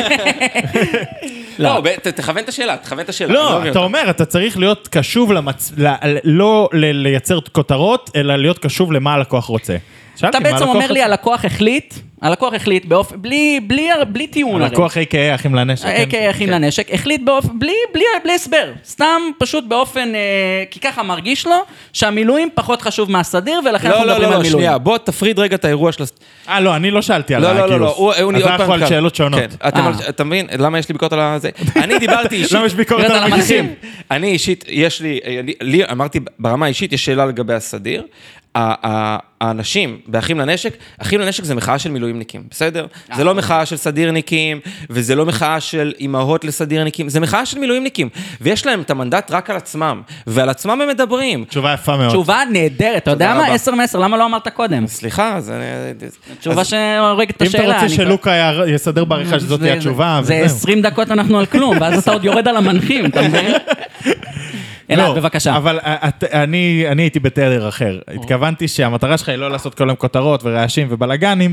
לא, תכוון את השאלה. לא, אתה אומר, אתה צריך להיות קשוב, לא לייצר כותרות, אלא להיות קשוב למה הלקוח רוצה. אתה בעצם אומר לי, הלקוח החליט באופן, בלי טיעון. הלקוח A.K.A. אחים לנשק. A.K.A. אחים לנשק, החליט באופן, בלי הסבר, סתם פשוט באופן, כי ככה מרגיש לו, שהמילואים פחות חשוב מהסדיר, ולכן אנחנו מדברים על מילואים. שנייה, בוא תפריד רגע את האירוע של... לא, אני לא שאלתי על הגיוס. לא, אז אנחנו על שאלות שונות. אתה מבין, למה יש לי ביקורת על זה? אני דיברתי אישית. למה יש ביקורת על המנחים? אני אישית, לי, אמרתי, ברמה האישית, יש שאלה לגבי הסדיר. האנשים באחים לנשק, אחים לנשק זה מחאה של מילואימניקים, בסדר? זה לא מחאה של סדירניקים, וזה לא מחאה של אימהות לסדירניקים, זה מחאה של מילואימניקים, ויש להם את המנדט רק על עצמם, ועל עצמם הם מדברים. תשובה יפה מאוד. תשובה נהדרת, אתה יודע מה? 10 מ-10, למה לא אמרת קודם? סליחה, זה... תשובה שהורגת את השאלה. אם אתה רוצה שלוקה יסדר בעריכה שזאת תהיה התשובה, זה 20 דקות אנחנו על כלום, ואז אתה עוד יורד על המנחים, אתה מבין? אלעד, בבקשה. אבל אני הייתי בתדר אחר. התכוונתי שהמטרה שלך היא לא לעשות כל היום כותרות ורעשים ובלגנים,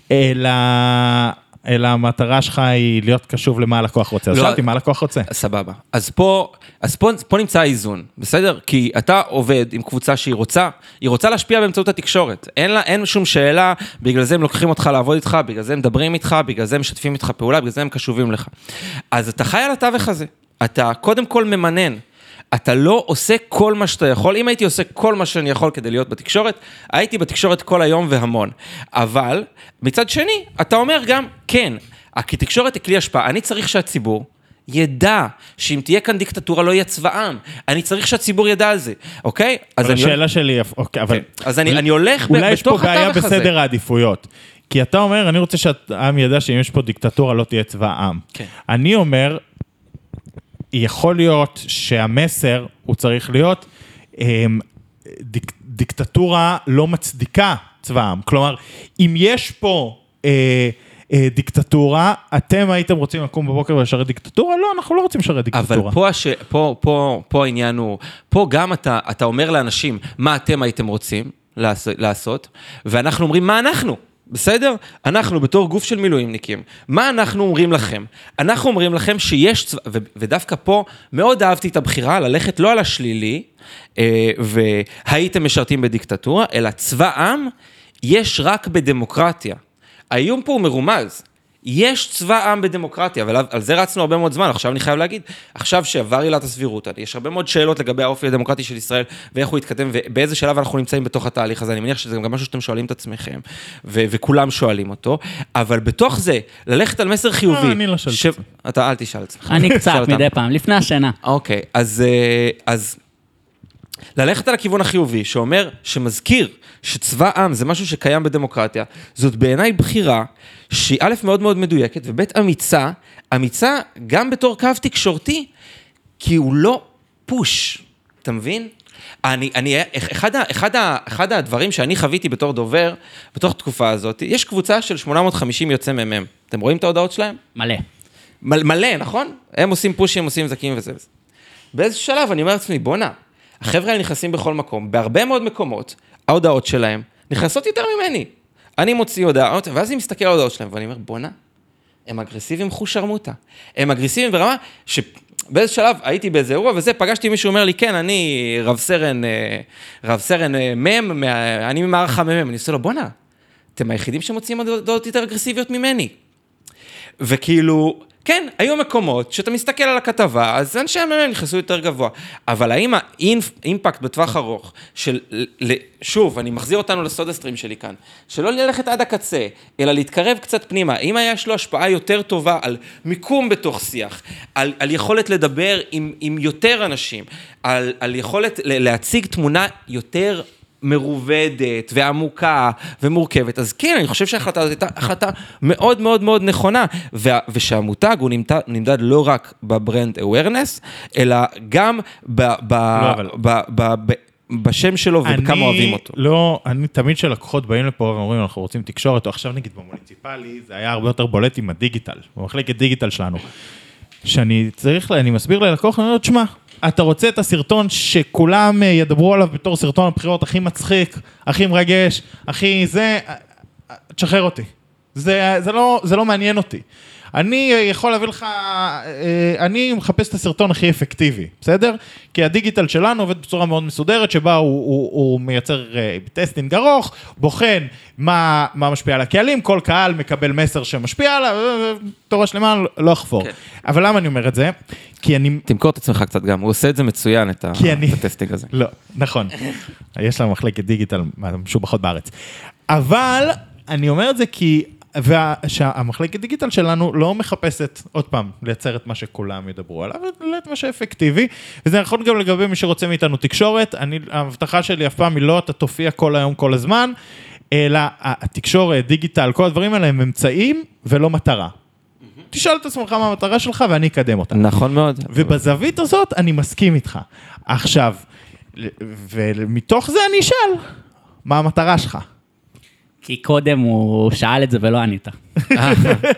אלא המטרה שלך היא להיות קשוב למה הלקוח רוצה. אז שאלתי, מה הלקוח רוצה? סבבה. אז פה נמצא האיזון, בסדר? כי אתה עובד עם קבוצה שהיא רוצה להשפיע באמצעות התקשורת. אין שום שאלה, בגלל זה הם לוקחים אותך לעבוד איתך, בגלל זה הם מדברים איתך, בגלל זה הם משתפים איתך פעולה, בגלל זה הם קשובים לך. אז אתה חי על התווך הזה. אתה קודם כל ממנן. אתה לא עושה כל מה שאתה יכול. אם הייתי עושה כל מה שאני יכול כדי להיות בתקשורת, הייתי בתקשורת כל היום והמון. אבל מצד שני, אתה אומר גם, כן, כי תקשורת היא כלי השפעה. אני צריך שהציבור ידע שאם תהיה כאן דיקטטורה לא יהיה צבאם. אני צריך שהציבור ידע על זה, אוקיי? אבל השאלה שלי, אוקיי, אבל... אז אני הולך בתוך אולי יש פה בעיה התווך הזה. בסדר העדיפויות. כי אתה אומר, אני רוצה שהעם ידע שאם יש פה דיקטטורה לא תהיה צבא העם. כן. אני אומר, יכול להיות שהמסר הוא צריך להיות דיקטטורה לא מצדיקה צבא העם. כלומר, אם יש פה דיקטטורה, אתם הייתם רוצים לקום בבוקר ולשרת דיקטטורה? לא, אנחנו לא רוצים לשרת דיקטטורה. אבל פה העניין הוא, פה גם אתה אומר לאנשים מה אתם הייתם רוצים לעשות, ואנחנו אומרים מה אנחנו. בסדר? אנחנו בתור גוף של מילואימניקים, מה אנחנו אומרים לכם? אנחנו אומרים לכם שיש צבא, ודווקא פה מאוד אהבתי את הבחירה, ללכת לא על השלילי, והייתם משרתים בדיקטטורה, אלא צבא עם יש רק בדמוקרטיה. האיום פה הוא מרומז. יש צבא עם בדמוקרטיה, אבל על זה רצנו הרבה מאוד זמן. עכשיו אני חייב להגיד, עכשיו שעבר עילת הסבירות, יש הרבה מאוד שאלות לגבי האופי הדמוקרטי של ישראל, ואיך הוא יתקדם, ובאיזה שלב אנחנו נמצאים בתוך התהליך הזה. אני מניח שזה גם משהו שאתם שואלים את עצמכם, וכולם שואלים אותו, אבל בתוך זה, ללכת על מסר חיובי. אני לא שואל את זה. אתה אל תשאל את עצמך. אני קצת מדי פעם, לפני השינה. אוקיי, אז ללכת על הכיוון החיובי, שאומר, שמזכיר שצבא עם זה משהו שקיים בדמוקרטיה, זאת בעיניי בחירה, שהיא א' מאוד מאוד מדויקת, וב' אמיצה גם בתור קו תקשורתי, כי הוא לא פוש, אתה מבין? אחד הדברים שאני חוויתי בתור דובר, בתוך תקופה הזאת, יש קבוצה של 850 יוצא ממם. אתם רואים את ההודעות שלהם? מלא. מלא, נכון? הם עושים פושים, עושים זקים וזה. באיזה שלב אני אומר לעצמי, בונה, החבר'ה האלה נכנסים בכל מקום, בהרבה מאוד מקומות, ההודעות שלהם נכנסות יותר ממני. אני מוציא הודעות, ואז אני מסתכל על ההודעות שלהם, ואני אומר, בונה, הם אגרסיביים חוש שרמוטה. הם אגרסיביים ברמה שבאיזה שלב הייתי באיזה אירוע, וזה פגשתי מישהו אומר לי, כן, אני רב סרן מם, אני ממערך המם. אני עושה לו, בונה, אתם היחידים שמוצאים הודעות יותר אגרסיביות ממני. וכאילו, כן, היו מקומות שאתה מסתכל על הכתבה, אז אנשי הממם נכנסו יותר גבוה. אבל האם האימפקט בטווח ארוך של, שוב, אני מחזיר אותנו לסוד הסטרים שלי כאן, שלא ללכת עד הקצה, אלא להתקרב קצת פנימה, אם יש לו השפעה יותר טובה על מיקום בתוך שיח, על יכולת לדבר עם יותר אנשים, על יכולת להציג תמונה יותר מרובדת ועמוקה ומורכבת, אז כן, אני חושב שההחלטה הזאת הייתה החלטה מאוד מאוד מאוד נכונה, ושהמותג הוא נמדד לא רק בברנד awareness, אלא גם בשם שלו ובכמה אוהבים אותו. אני תמיד שלקוחות באים לפה ואומרים, אנחנו רוצים תקשורת, או עכשיו נגיד במוניציפלי, זה היה הרבה יותר בולט עם הדיגיטל, במחלקת דיגיטל שלנו, שאני מסביר ללקוח, אני אומר, תשמע, אתה רוצה את הסרטון שכולם ידברו עליו בתור סרטון הבחירות הכי מצחיק, הכי מרגש, הכי זה, תשחרר אותי. זה לא מעניין אותי. אני יכול להביא לך, אני מחפש את הסרטון הכי אפקטיבי, בסדר? כי הדיגיטל שלנו עובד בצורה מאוד מסודרת, שבה הוא מייצר טסטינג ארוך, בוחן מה משפיע על הקהלים, כל קהל מקבל מסר שמשפיע עליו, תורה שלמה לא אחפור. כן. אבל למה אני אומר את זה? כי אני... תמכור את עצמך קצת גם, הוא עושה את זה מצוין, את הטסטינג הזה. לא, נכון. יש לה מחלקת דיגיטל משובחות בארץ. אבל אני אומר את זה כי... והמחלקת דיגיטל שלנו לא מחפשת, עוד פעם, לייצר את מה שכולם ידברו עליו, אלא את מה שאפקטיבי, וזה נכון גם לגבי מי שרוצה מאיתנו תקשורת, ההבטחה שלי אף פעם היא לא, אתה תופיע כל היום, כל הזמן, אלא התקשורת, דיגיטל, כל הדברים האלה הם אמצעים ולא מטרה. תשאל את עצמך מה המטרה שלך ואני אקדם אותה. נכון מאוד. ובזווית הזאת אני מסכים איתך. עכשיו, ומתוך זה אני אשאל, מה המטרה שלך? כי קודם הוא שאל את זה ולא ענית.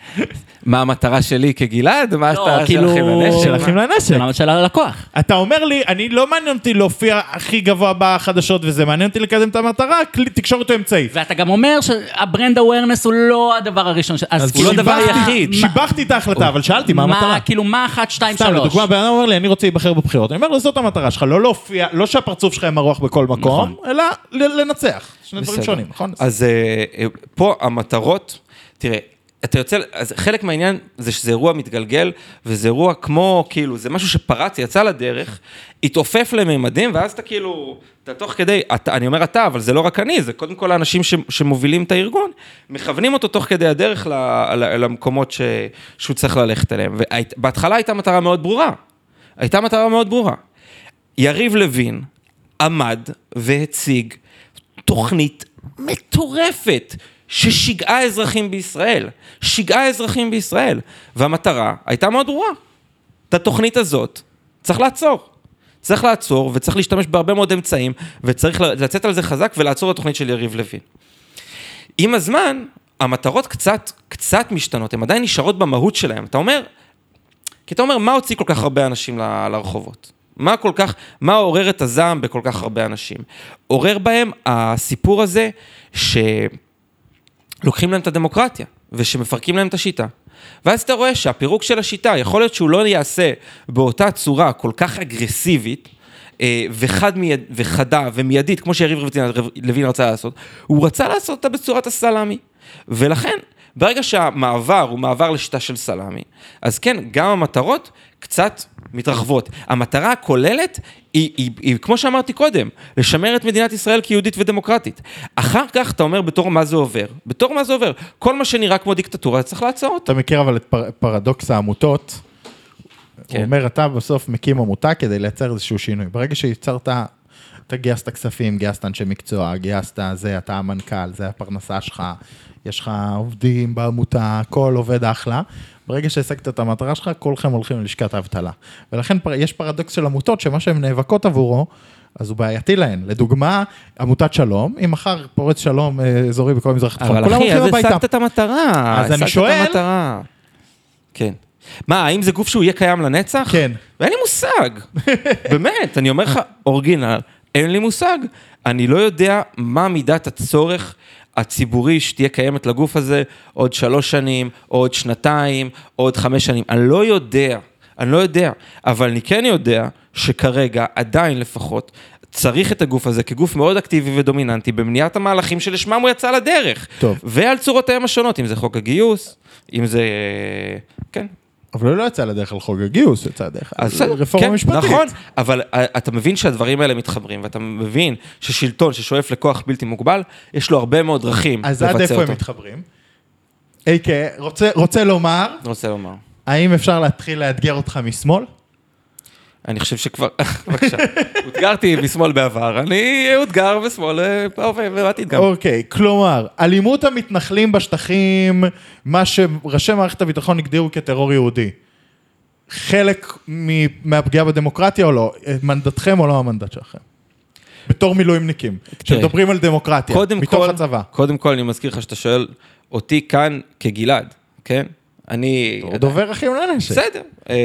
מה המטרה שלי כגלעד? מה המטרה של אחים לנשק? של אחים לנשק. של הלקוח. אתה אומר לי, אני לא מעניין אותי להופיע הכי גבוה בחדשות וזה, מעניין אותי לקדם את המטרה, תקשורת אמצעית. ואתה גם אומר שהברנד אווירנס הוא לא הדבר הראשון. אז הוא לא הדבר היחיד. שיבחתי את ההחלטה, אבל שאלתי מה המטרה. כאילו, מה 1, 2, 3? סתם, לדוגמה, בן אדם אומר לי, אני רוצה להיבחר בבחירות. אני אומר לו, זאת המטרה שלך, לא להופיע, לא שהפרצוף שלך מרוח בכל מקום, אלא לנצח. שני דברים שונים, נכון? אז פה המטרות, תראה, אתה יוצא, אז חלק מהעניין זה שזה אירוע מתגלגל, וזה אירוע כמו, כאילו, זה משהו שפרץ, יצא לדרך, התעופף לממדים, ואז אתה כאילו, אתה תוך כדי, אני אומר אתה, אבל זה לא רק אני, זה קודם כל האנשים שמובילים את הארגון, מכוונים אותו תוך כדי הדרך למקומות שהוא צריך ללכת אליהם. ובהתחלה הייתה מטרה מאוד ברורה. יריב לוין עמד והציג תוכנית מטורפת, ששיגעה אזרחים בישראל, והמטרה הייתה מאוד ברורה. את התוכנית הזאת צריך לעצור, וצריך להשתמש בהרבה מאוד אמצעים, וצריך לצאת על זה חזק ולעצור את התוכנית של יריב לוין. עם הזמן, המטרות קצת משתנות, הן עדיין נשארות במהות שלהן. אתה אומר, מה הוציא כל כך הרבה אנשים לרחובות? מה עורר את הזעם בכל כך הרבה אנשים? עורר בהם הסיפור הזה לוקחים להם את הדמוקרטיה, ושמפרקים להם את השיטה. ואז אתה רואה שהפירוק של השיטה, יכול להיות שהוא לא יעשה באותה צורה כל כך אגרסיבית, וחדה ומיידית, כמו שיריב לוין רצה לעשות, הוא רצה לעשות אותה בצורת הסלאמי. ולכן, ברגע שהמעבר הוא מעבר לשיטה של סלאמי, אז כן, גם המטרות קצת מתרחבות. המטרה הכוללת היא, כמו שאמרתי קודם, לשמר את מדינת ישראל כיהודית ודמוקרטית. אחר כך אתה אומר בתור מה זה עובר. כל מה שנראה כמו דיקטטורה, צריך לעצור אותו. אתה מכיר אבל את פרדוקס העמותות, הוא אומר, אתה בסוף מקים עמותה כדי לייצר איזשהו שינוי. ברגע שיצרת, אתה גייסת כספים, גייסת אנשי מקצוע, גייסת זה, אתה המנכ"ל, זה הפרנסה שלך, יש לך עובדים בעמותה, הכל עובד אחלה. ברגע שהשגת את המטרה שלך, כולכם הולכים ללשכת האבטלה. ולכן יש פרדוקס של עמותות, שמה שהן נאבקות עבורו, אז הוא בעייתי להן. לדוגמה, עמותת שלום, אם מחר פורץ שלום אזורי בכל מזרח התיכון, אבל אחי, אז השגת את המטרה. אז אני שואל... כן. מה, האם זה גוף שהוא יהיה קיים לנצח? כן. ואין לי מושג. באמת, אני אומר לך, אורגינל, אין לי מושג. אני לא יודע מה מידת הצורך הציבורי שתהיה קיימת לגוף הזה עוד 3 שנים, עוד 2, עוד 5 שנים. אני לא יודע, אבל אני כן יודע שכרגע, עדיין לפחות, צריך את הגוף הזה כגוף מאוד אקטיבי ודומיננטי, במניעת המהלכים שלשמם הוא יצא לדרך. טוב. ועל צורותיהם השונות, אם זה חוק הגיוס, אם זה... כן. אבל הוא לא יצא לדרך על חוק הגיוס, יצא לדרך על רפורמה משפטית. נכון, אבל אתה מבין שהדברים האלה מתחברים, ואתה מבין ששלטון ששואף לכוח בלתי מוגבל, יש לו הרבה מאוד דרכים לבצע אותו. אז עד איפה הם מתחברים? אייקה, רוצה לומר, האם אפשר להתחיל לאתגר אותך משמאל? אני חושב שכבר, בבקשה, הותגרתי משמאל בעבר, אני הותגר בשמאל ובעתיד גם. אוקיי, כלומר, אלימות המתנחלים בשטחים, מה שראשי מערכת הביטחון הגדירו כטרור יהודי, חלק מהפגיעה בדמוקרטיה או לא? מנדתכם או לא המנדט שלכם? בתור מילואימניקים, שמדברים על דמוקרטיה, מתוך הצבא. קודם כל, אני מזכיר לך שאתה שואל אותי כאן כגלעד, כן? אני... דובר אחים לנשק. בסדר.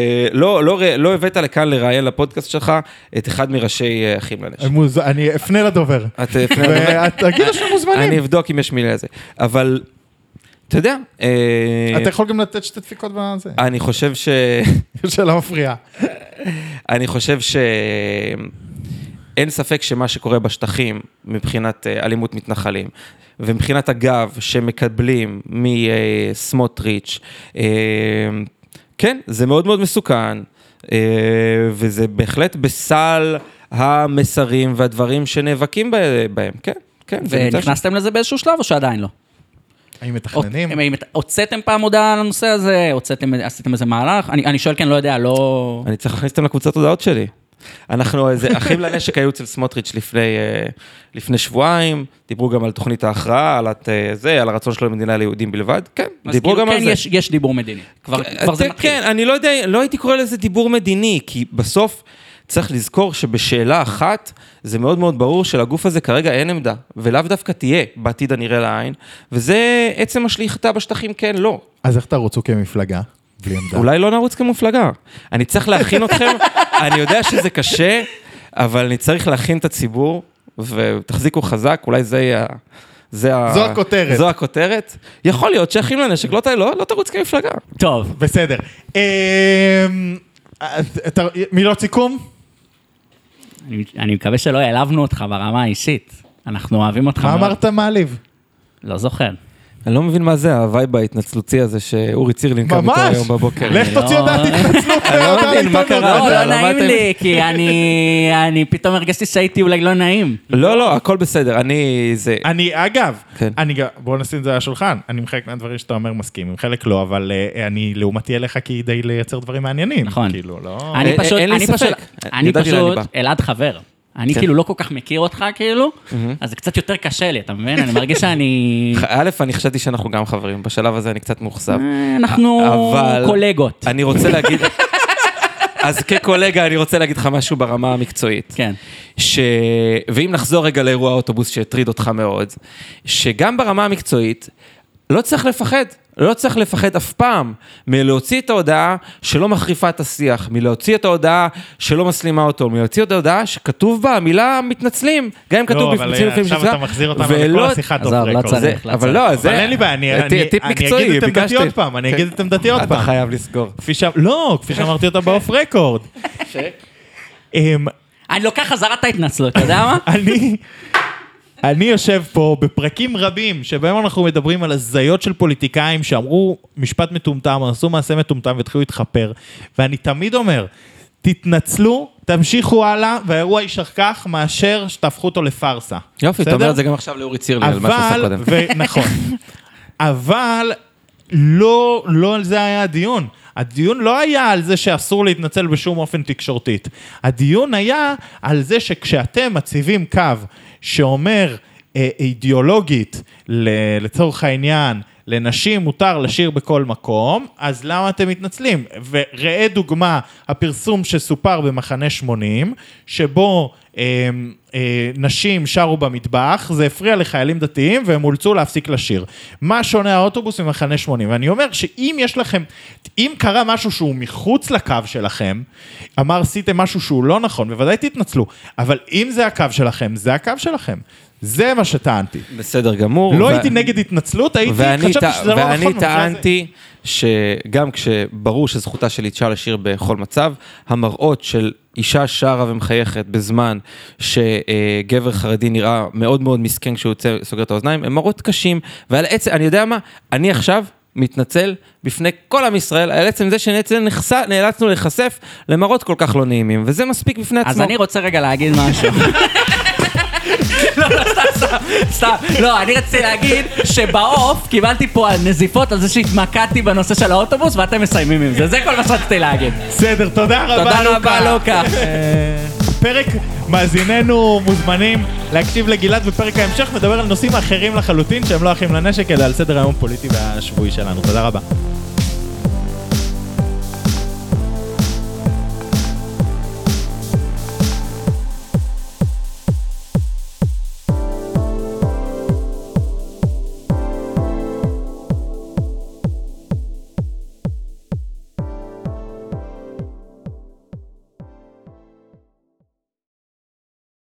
לא הבאת לכאן לראיין לפודקאסט שלך את אחד מראשי אחים לנשק. אני אפנה לדובר. תגיד לו שמוזמנים. אני אבדוק אם יש מילה לזה. אבל, אתה יודע... אתה יכול גם לתת 2 דפיקות בזה. אני חושב שאלה מפריעה. אני חושב אין ספק שמה שקורה בשטחים מבחינת אלימות מתנחלים, ומבחינת הגב שמקבלים מסמוטריץ', כן, זה מאוד מאוד מסוכן, וזה בהחלט בסל המסרים והדברים שנאבקים בהם, כן, כן. ונכנסתם לזה באיזשהו שלב או שעדיין לא? האם מתכננים? הוצאתם פעם הודעה על הנושא הזה? עשיתם איזה מהלך? אני שואל כן, לא יודע, לא... אני צריך להכניס אתם לקבוצת הודעות שלי. אנחנו, אחים לנשק היו אצל סמוטריץ' לפני שבועיים, דיברו גם על תוכנית ההכרעה, על הרצון שלו למדינה ליהודים בלבד, כן, דיברו גם על זה. כן, יש דיבור מדיני, כבר זה מתחיל. כן, אני לא יודע, לא הייתי קורא לזה דיבור מדיני, כי בסוף צריך לזכור שבשאלה אחת, זה מאוד מאוד ברור שלגוף הזה כרגע אין עמדה, ולאו דווקא תהיה בעתיד הנראה לעין, וזה עצם השליחתה בשטחים, כן, לא. אז איך תרוצו כמפלגה? בלי עמדה. אולי לא נרוץ כמפלגה. אני צריך להכין אתכם, אני יודע שזה קשה, אבל אני צריך להכין את הציבור, ותחזיקו חזק, אולי זה יהיה... זו הכותרת. זו הכותרת. יכול להיות שאחים לנשק לא תרוץ כמפלגה. טוב. בסדר. מילות סיכום? אני מקווה שלא העלבנו אותך ברמה האישית. אנחנו אוהבים אותך מה מאוד. אמרת מעליב? לא זוכר. אני לא מבין מה זה, הווייב ההתנצלותי הזה שאורי צירלין קם איתו היום בבוקר. לך תוציא הודעת התנצלות. לא מבין, מה קרה? לא נעים לי, כי אני פתאום הרגשתי שהייתי אולי לא נעים. לא, הכל בסדר, אגב, כן. בואו נשים את זה על השולחן, אני עם חלק מהדברים שאתה אומר מסכים, עם חלק לא, אבל אני לעומתי אליך כדי לייצר דברים מעניינים. נכון. כאילו, לא... אין לי ספק. אני ידעתי לאן אני בא. אלעד חבר. אני כאילו לא כל כך מכיר אותך כאילו, אז זה קצת יותר קשה לי, אתה מבין? אני מרגיש שאני... א', אני חשבתי שאנחנו גם חברים, בשלב הזה אני קצת מאוכזב. אנחנו קולגות. אני רוצה להגיד... אז כקולגה אני רוצה להגיד לך משהו ברמה המקצועית. כן. ואם נחזור רגע לאירוע האוטובוס שהטריד אותך מאוד, שגם ברמה המקצועית לא צריך לפחד. לא צריך לפחד אף פעם מלהוציא את ההודעה שלא מחריפה את השיח, מלהוציא את ההודעה שלא מסלימה אותו, מלהוציא את ההודעה שכתוב בה המילה מתנצלים, גם אם כתוב מתנצלים לפעמים שצריך. עכשיו אתה מחזיר אותנו לכל השיחת אוף רקורד. אבל לא, זה... אבל אין לי בעיה, אני אגיד את עמדתי עוד פעם, אני אגיד את עמדתי עוד פעם. אתה חייב לסגור. לא, כפי שאמרתי אותה באוף רקורד. אני לוקח חזרה את ההתנצלות, אתה יודע מה? אני יושב פה בפרקים רבים, שבהם אנחנו מדברים על הזיות של פוליטיקאים שאמרו משפט מטומטם, עשו מעשה מטומטם והתחילו להתחפר, ואני תמיד אומר, תתנצלו, תמשיכו הלאה, והאירוע יישכח כך מאשר שתהפכו אותו לפרסה. יופי, אתה אומר את זה גם עכשיו לאורי צירלין, על מה שעשה קודם. נכון. אבל לא על זה היה הדיון. הדיון לא היה על זה שאסור להתנצל בשום אופן תקשורתית. הדיון היה על זה שכשאתם מציבים קו שאומר אידיאולוגית לצורך העניין, לנשים מותר לשיר בכל מקום, אז למה אתם מתנצלים? וראה דוגמה, הפרסום שסופר במחנה 80, שבו נשים שרו במטבח, זה הפריע לחיילים דתיים, והם אולצו להפסיק לשיר. מה שונה האוטובוס ממחנה 80? ואני אומר שאם יש לכם, אם קרה משהו שהוא מחוץ לקו שלכם, עשיתם משהו שהוא לא נכון, בוודאי תתנצלו, אבל אם זה הקו שלכם, זה הקו שלכם. זה מה שטענתי. בסדר גמור. לא הייתי נגד התנצלות, חשבתי שזה לא נכון. ואני טענתי שגם כשברור שזכותה של אישה לשיר בכל מצב, המראות של אישה שרה ומחייכת בזמן שגבר חרדי נראה מאוד מאוד מסכן כשהוא סוגר את האוזניים, הם מראות קשים, ועל עצם, אני יודע מה, אני עכשיו מתנצל בפני כל עם ישראל, על עצם זה שנאלצנו לחשף למראות כל כך לא נעימים, וזה מספיק בפני עצמו. אז אני רוצה רגע להגיד משהו. לא, סתם. לא, אני רציתי להגיד שבאוף קיבלתי פה נזיפות על זה שהתמקדתי בנושא של האוטובוס, ואתם מסיימים עם זה. זה כל מה שרציתי להגיד. בסדר, תודה רבה, לוקה. תודה רבה, לוקה. פרק מאזיננו מוזמנים להקשיב לגלעד, בפרק ההמשך מדבר על נושאים אחרים לחלוטין, שהם לא אחים לנשק, אלא על סדר היום הפוליטי והשבועי שלנו. תודה רבה.